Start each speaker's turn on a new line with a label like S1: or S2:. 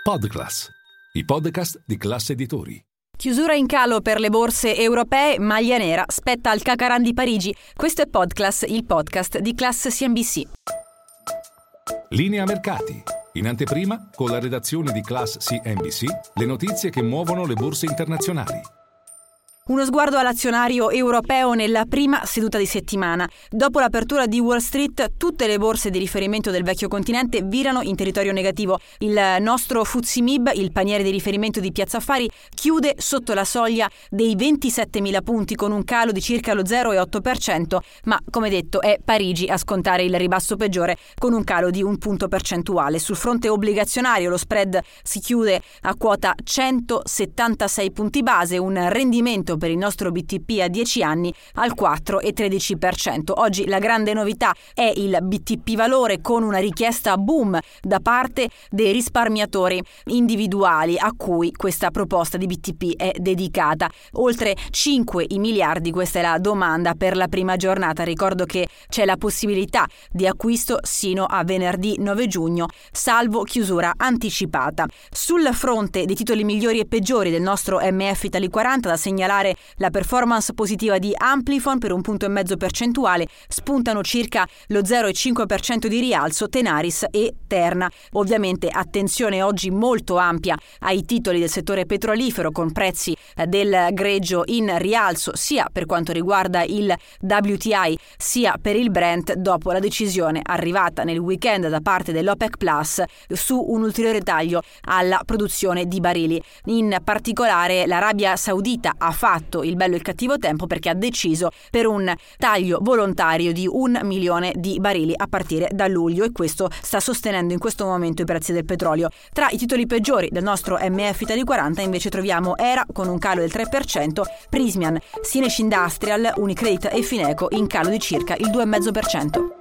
S1: Podclass, i podcast di Class Editori.
S2: Chiusura in calo per le borse europee, maglia nera spetta al Cacaran di Parigi. Questo è Podclass, il podcast di Class CNBC.
S1: Linea mercati. In anteprima, con la redazione di Class CNBC, le notizie che muovono le borse internazionali.
S2: Uno sguardo all'azionario europeo nella prima seduta di settimana. Dopo l'apertura di Wall Street, tutte le borse di riferimento del vecchio continente virano in territorio negativo. Il nostro FTSE MIB, il paniere di riferimento di Piazza Affari, chiude sotto la soglia dei 27.000 punti con un calo di circa lo 0,8%, ma come detto è Parigi a scontare il ribasso peggiore con un calo di un punto percentuale. Sul fronte obbligazionario lo spread si chiude a quota 176 punti base, un rendimento per il nostro BTP a 10 anni al 4,13%. Oggi la grande novità è il BTP valore con una richiesta boom da parte dei risparmiatori individuali a cui questa proposta di BTP è dedicata. Oltre 5 i miliardi, questa è la domanda per la prima giornata. Ricordo che c'è la possibilità di acquisto sino a venerdì 9 giugno, salvo chiusura anticipata. Sul fronte dei titoli migliori e peggiori del nostro MF Italy 40 da segnalare la performance positiva di Amplifon per 1,5 punti percentuale, spuntano circa lo 0,5% di rialzo Tenaris e Terna. Ovviamente attenzione oggi molto ampia ai titoli del settore petrolifero con prezzi del greggio in rialzo sia per quanto riguarda il WTI sia per il Brent dopo la decisione arrivata nel weekend da parte dell'OPEC Plus su un ulteriore taglio alla produzione di barili. In particolare l'Arabia Saudita ha fatto il bello e il cattivo tempo perché ha deciso per un taglio volontario di 1 milione di barili a partire da luglio e questo sta sostenendo in questo momento i prezzi del petrolio. Tra i titoli peggiori del nostro MF Italy 40 invece troviamo Era con un calo del 3%, Prysmian, Sinec Industrial, Unicredit e Fineco in calo di circa il 2,5%.